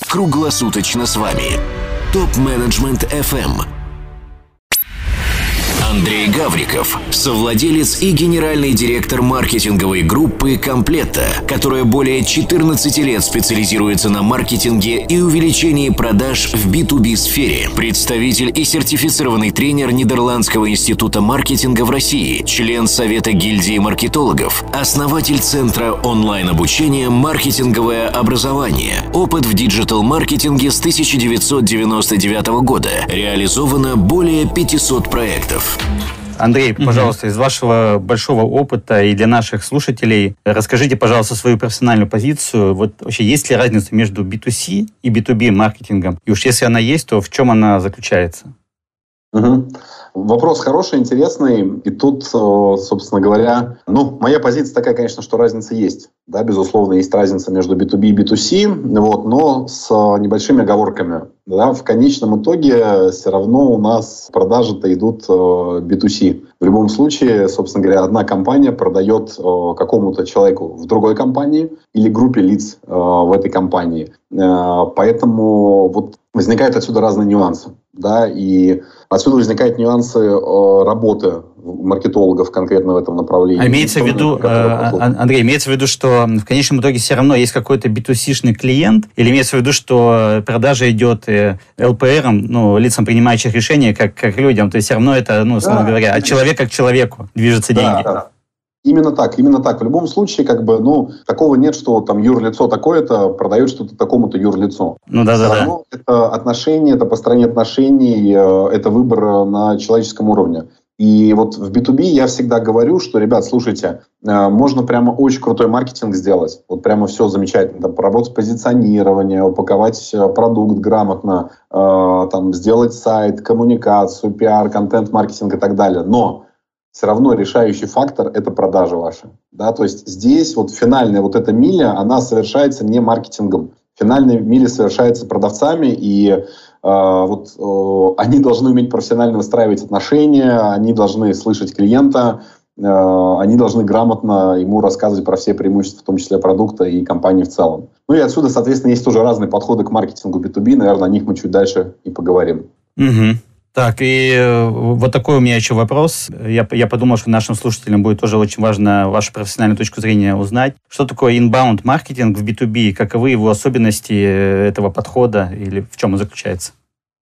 круглосуточно с вами. Топ-менеджмент FM. Андрей Гавриков, совладелец и генеральный директор маркетинговой группы «Комплетта», которая более 14 лет специализируется на маркетинге и увеличении продаж в B2B сфере, представитель и сертифицированный тренер Нидерландского института маркетинга в России, член Совета гильдии маркетологов, основатель центра онлайн-обучения «Маркетинговое образование», опыт в диджитал-маркетинге с 1999 года, реализовано более 500 проектов. Андрей, пожалуйста, из вашего большого опыта и для наших слушателей расскажите, пожалуйста, свою профессиональную позицию. Вот вообще есть ли разница между B2C и B2B маркетингом? И уж если она есть, то в чем она заключается? Вопрос хороший, интересный. И тут, собственно говоря, моя позиция такая, конечно, что разница есть. Да, безусловно, есть разница между B2B и B2C, но с небольшими оговорками. Да, в конечном итоге все равно у нас продажи-то идут B2C. В любом случае, собственно говоря, одна компания продает какому-то человеку в другой компании или группе лиц в этой компании. Поэтому вот возникают отсюда разные нюансы. Да, и отсюда возникают нюансы работы маркетологов конкретно в этом направлении. А имеется в виду, Андрей, имеется в виду, что в конечном итоге все равно есть какой-то B2C-шный клиент, или имеется в виду, что продажа идет ЛПРом, лицам, принимающих решения, как людям, то есть все равно это, условно говоря, от человека к человеку движутся деньги. Да. Именно так. В любом случае, такого нет, что там юрлицо такое-то продает что-то такому-то юрлицу. Все равно это отношения, это построение отношений, это выбор на человеческом уровне. И вот в B2B я всегда говорю, что, ребят, слушайте, можно прямо очень крутой маркетинг сделать. Вот прямо все замечательно. Там, поработать позиционирование, упаковать продукт грамотно, сделать сайт, коммуникацию, пиар, контент-маркетинг и так далее. Но все равно решающий фактор – это продажи ваши. Да? То есть здесь вот финальная вот эта миля, она совершается не маркетингом. Финальная миля совершается продавцами, и они должны уметь профессионально выстраивать отношения, они должны слышать клиента, они должны грамотно ему рассказывать про все преимущества, в том числе продукта и компании в целом. И отсюда, соответственно, есть тоже разные подходы к маркетингу B2B. Наверное, о них мы чуть дальше и поговорим. Так, и вот такой у меня еще вопрос. Я подумал, что нашим слушателям будет тоже очень важно вашу профессиональную точку зрения узнать. Что такое inbound маркетинг в B2B? Каковы его особенности этого подхода или в чем он заключается?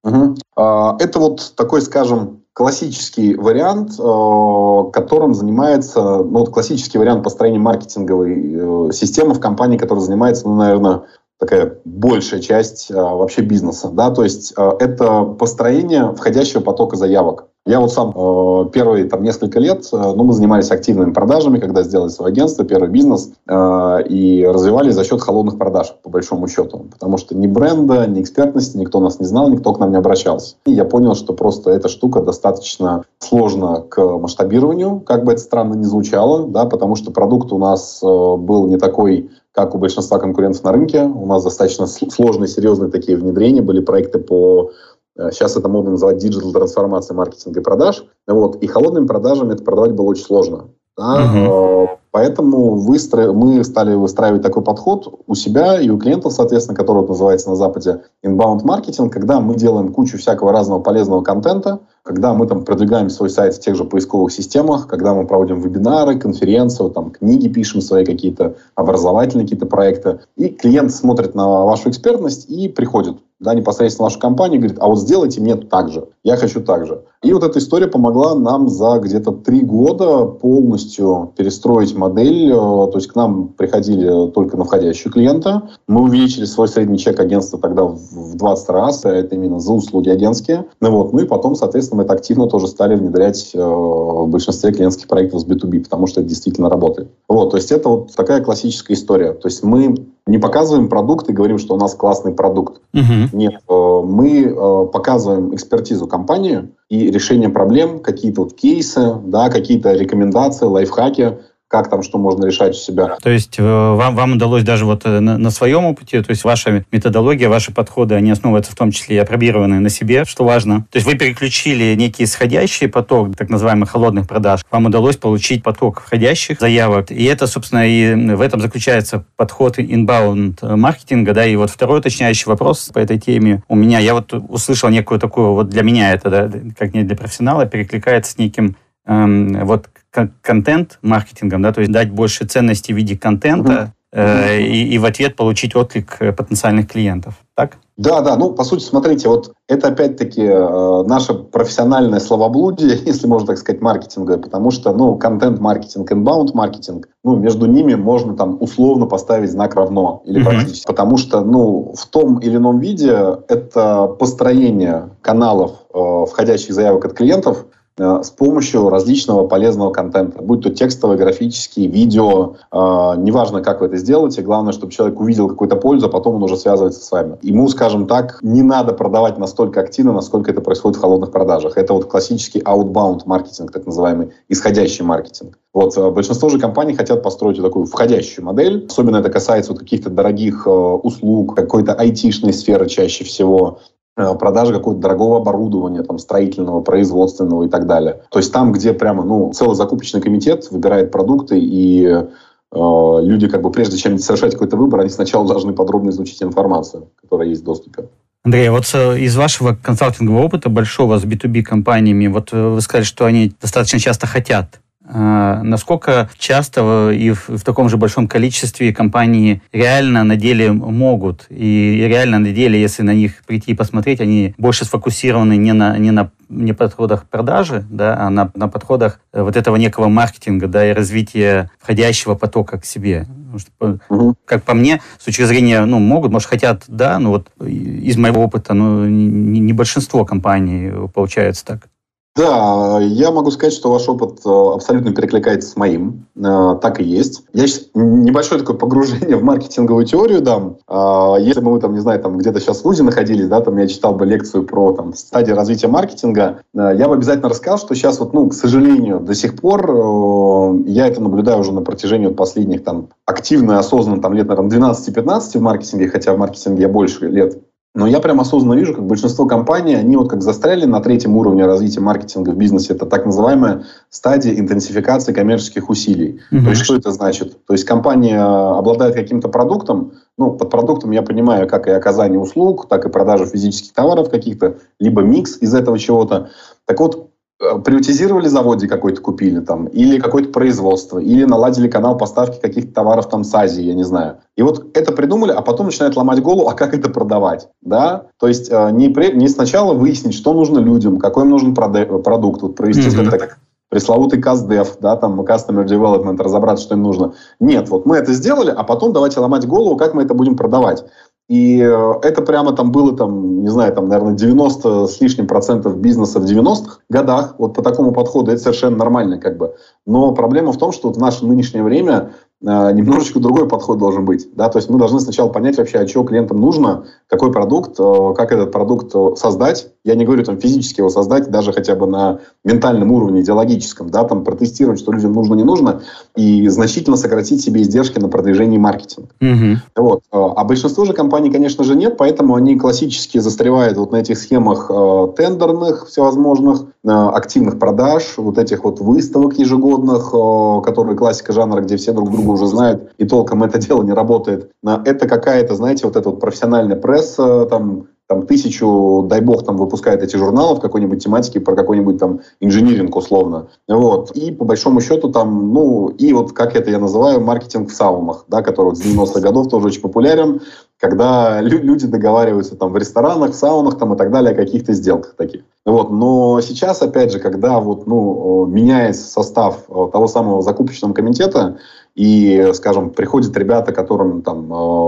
Это вот такой, скажем, классический вариант, которым занимается, классический вариант построения маркетинговой системы в компании, которая занимается, наверное, такая большая часть вообще бизнеса, да, то есть это построение входящего потока заявок. Я вот сам первые несколько лет, мы занимались активными продажами, когда сделали свое агентство, первый бизнес, и развивались за счет холодных продаж, по большому счету. Потому что ни бренда, ни экспертности, никто нас не знал, никто к нам не обращался. И я понял, что просто эта штука достаточно сложна к масштабированию, как бы это странно ни звучало, да, потому что продукт у нас был не такой, как у большинства конкурентов на рынке. У нас достаточно сложные, серьезные такие внедрения, были проекты по... Сейчас это модно называть диджитал-трансформация маркетинга и продаж. И холодными продажами это продавать было очень сложно. Да? Поэтому мы стали выстраивать такой подход у себя и у клиентов, соответственно, который называется на Западе inbound маркетинг, когда мы делаем кучу всякого разного полезного контента, когда мы продвигаем свой сайт в тех же поисковых системах, когда мы проводим вебинары, конференции, книги пишем, свои какие-то образовательные какие-то проекты. И клиент смотрит на вашу экспертность и приходит непосредственно в вашу компанию и говорит, а вот сделайте мне так же, я хочу так же. И вот эта история помогла нам за где-то 3 года полностью перестроить модель, то есть к нам приходили только на входящего клиента. Мы увеличили свой средний чек агентства тогда в 20 раз, это именно за услуги агентские. И потом, соответственно, мы это активно тоже стали внедрять в большинстве клиентских проектов с B2B, потому что это действительно работает. То есть это вот такая классическая история. То есть мы не показываем продукт и говорим, что у нас классный продукт. Нет, мы показываем экспертизу компании и решение проблем, какие-то кейсы, какие-то рекомендации, лайфхаки, как там что можно решать у себя. То есть вам удалось даже вот на своем опыте, то есть ваша методология, ваши подходы, они основываются в том числе и опробированы на себе, что важно. То есть вы переключили некий исходящий поток, так называемых холодных продаж, вам удалось получить поток входящих заявок, и это, собственно, и в этом заключается подход inbound маркетинга, да, и вот второй уточняющий вопрос по этой теме у меня, я вот услышал некую такую, вот для меня это, да, как не для профессионала, перекликается с неким вот контент-маркетингом, да, то есть дать больше ценности в виде контента и в ответ получить отклик потенциальных клиентов, так? Да, ну, по сути, смотрите, вот это опять-таки наше профессиональное словоблудие, если можно так сказать, маркетинговое, потому что, ну, контент-маркетинг, инбаунд-маркетинг, ну, между ними можно там условно поставить знак равно или практически, потому что, ну, в том или ином виде это построение каналов входящих заявок от клиентов с помощью различного полезного контента, будь то текстовый, графический, видео, неважно, как вы это сделаете, главное, чтобы человек увидел какую-то пользу, а потом он уже связывается с вами. Ему, скажем так, не надо продавать настолько активно, насколько это происходит в холодных продажах. Это вот классический outbound маркетинг, так называемый, исходящий маркетинг. Вот, большинство же компаний хотят построить такую входящую модель, особенно это касается вот каких-то дорогих услуг, какой-то айтишной сферы чаще всего, продажи какого-то дорогого оборудования, там, строительного, производственного и так далее. То есть там, где прямо, ну, целый закупочный комитет выбирает продукты, и люди, как бы, прежде чем совершать какой-то выбор, они сначала должны подробно изучить информацию, которая есть в доступе. Андрей, вот из вашего консалтингового опыта большого с B2B компаниями, вот вы сказали, что они достаточно часто хотят. Насколько часто и в таком же большом количестве компании реально на деле могут, и реально на деле, если на них прийти и посмотреть, они больше сфокусированы не на подходах продажи, да, а на подходах вот этого некого маркетинга, да, и развития входящего потока к себе. Потому что, как по мне, с точки зрения, ну, могут, может, хотят, да, но вот из моего опыта, ну, не большинство компаний получается так. Да, я могу сказать, что ваш опыт абсолютно перекликается с моим. Так и есть. Я сейчас небольшое такое погружение в маркетинговую теорию дам. Если бы мы там, не знаю, там где-то сейчас в ВУЗе находились, да, там я читал бы лекцию про там стадии развития маркетинга, я бы обязательно рассказал, что сейчас вот, ну, к сожалению, до сих пор я это наблюдаю уже на протяжении вот последних там активно и осознанно там лет, наверное, 12-15 в маркетинге, хотя в маркетинге я больше лет. Но я прям осознанно вижу, как большинство компаний, они вот как застряли на третьем уровне развития маркетинга в бизнесе. Это так называемая стадия интенсификации коммерческих усилий. То есть, что это значит? То есть, компания обладает каким-то продуктом, ну, под продуктом я понимаю как и оказание услуг, так и продажу физических товаров каких-то, либо микс из этого чего-то. Так вот, приватизировали заводе какой-то, купили там, или какое-то производство, или наладили канал поставки каких-то товаров там с Азии, я не знаю. И вот это придумали, а потом начинают ломать голову, а как это продавать, да? То есть не сначала выяснить, что нужно людям, какой им нужен продукт, вот провести как пресловутый CastDev, да, там Customer Development, разобраться, что им нужно. Нет, вот мы это сделали, а потом давайте ломать голову, как мы это будем продавать. И это прямо там было, там, не знаю, там, наверное, 90 с лишним процентов бизнеса в 90-х годах. Вот по такому подходу это совершенно нормально, как бы. Но проблема в том, что вот в наше нынешнее время немножечко другой подход должен быть. Да? То есть мы должны сначала понять вообще, а что клиентам нужно, какой продукт, как этот продукт создать. Я не говорю там физически его создать, даже хотя бы на ментальном уровне, идеологическом, да, там протестировать, что людям нужно, не нужно, и значительно сократить себе издержки на продвижение и маркетинг. Вот. А большинство же компаний, конечно же, нет, поэтому они классически застревают вот на этих схемах тендерных всевозможных, активных продаж, вот этих вот выставок ежегодных, которые классика жанра, где все друг друга уже знают, и толком это дело не работает. Это какая-то, знаете, вот эта вот профессиональная пресса, там 1000, дай бог, там выпускает эти журналы в какой-нибудь тематике про какой-нибудь там инжиниринг условно. Вот. И по большому счету там, ну, и вот как это я называю, маркетинг в саунах, да, который вот с 90-х годов тоже очень популярен, когда люди договариваются там в ресторанах, в саунах там и так далее о каких-то сделках таких. Вот. Но сейчас, опять же, когда вот, ну, меняется состав того самого закупочного комитета, и, скажем, приходят ребята, которым там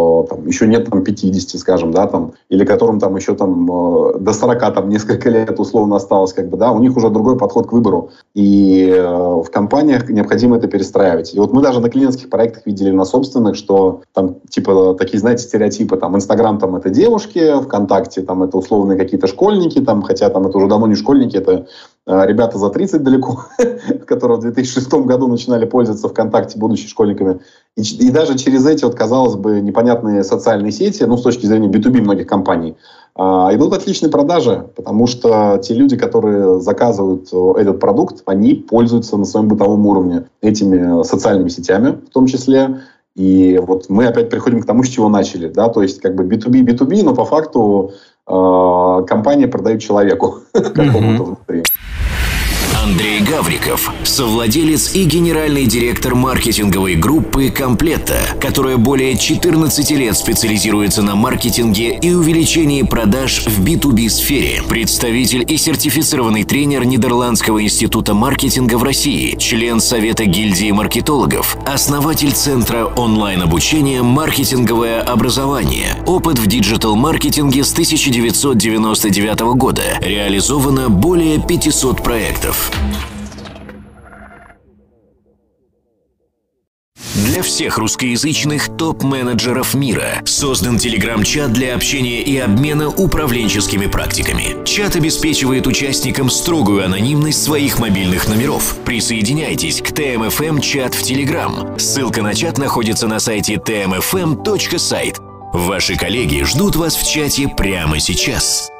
еще нет там 50, скажем, да, там, или которым там еще там до 40 там несколько лет условно осталось, как бы, да, у них уже другой подход к выбору. И в компаниях необходимо это перестраивать. И вот мы даже на клиентских проектах видели на собственных, что там типа такие, знаете, стереотипы, там Инстаграм там это девушки, ВКонтакте там это условные какие-то школьники, там, хотя там это уже давно не школьники, это ребята за 30 далеко, которые в 2006 году начинали пользоваться ВКонтакте, будучи школьниками. И даже через эти, вот, казалось бы, непонятные социальные сети, ну, с точки зрения B2B многих компаний, идут отличные продажи, потому что те люди, которые заказывают этот продукт, они пользуются на своем бытовом уровне этими социальными сетями в том числе. И вот мы опять приходим к тому, с чего начали. Да? То есть как бы B2B, но по факту компания продает человеку какому-то внутри. Андрей Гавриков, совладелец и генеральный директор маркетинговой группы «Комплетта», которая более 14 лет специализируется на маркетинге и увеличении продаж в B2B-сфере, представитель и сертифицированный тренер Нидерландского института маркетинга в России, член Совета гильдии маркетологов, основатель Центра онлайн-обучения «Маркетинговое образование», опыт в диджитал-маркетинге с 1999 года, реализовано более 500 проектов. Для всех русскоязычных топ-менеджеров мира создан телеграм-чат для общения и обмена управленческими практиками. Чат обеспечивает участникам строгую анонимность своих мобильных номеров. Присоединяйтесь к ТМФМ-чат в Телеграм. Ссылка на чат находится на сайте tmfm.site. Ваши коллеги ждут вас в чате прямо сейчас.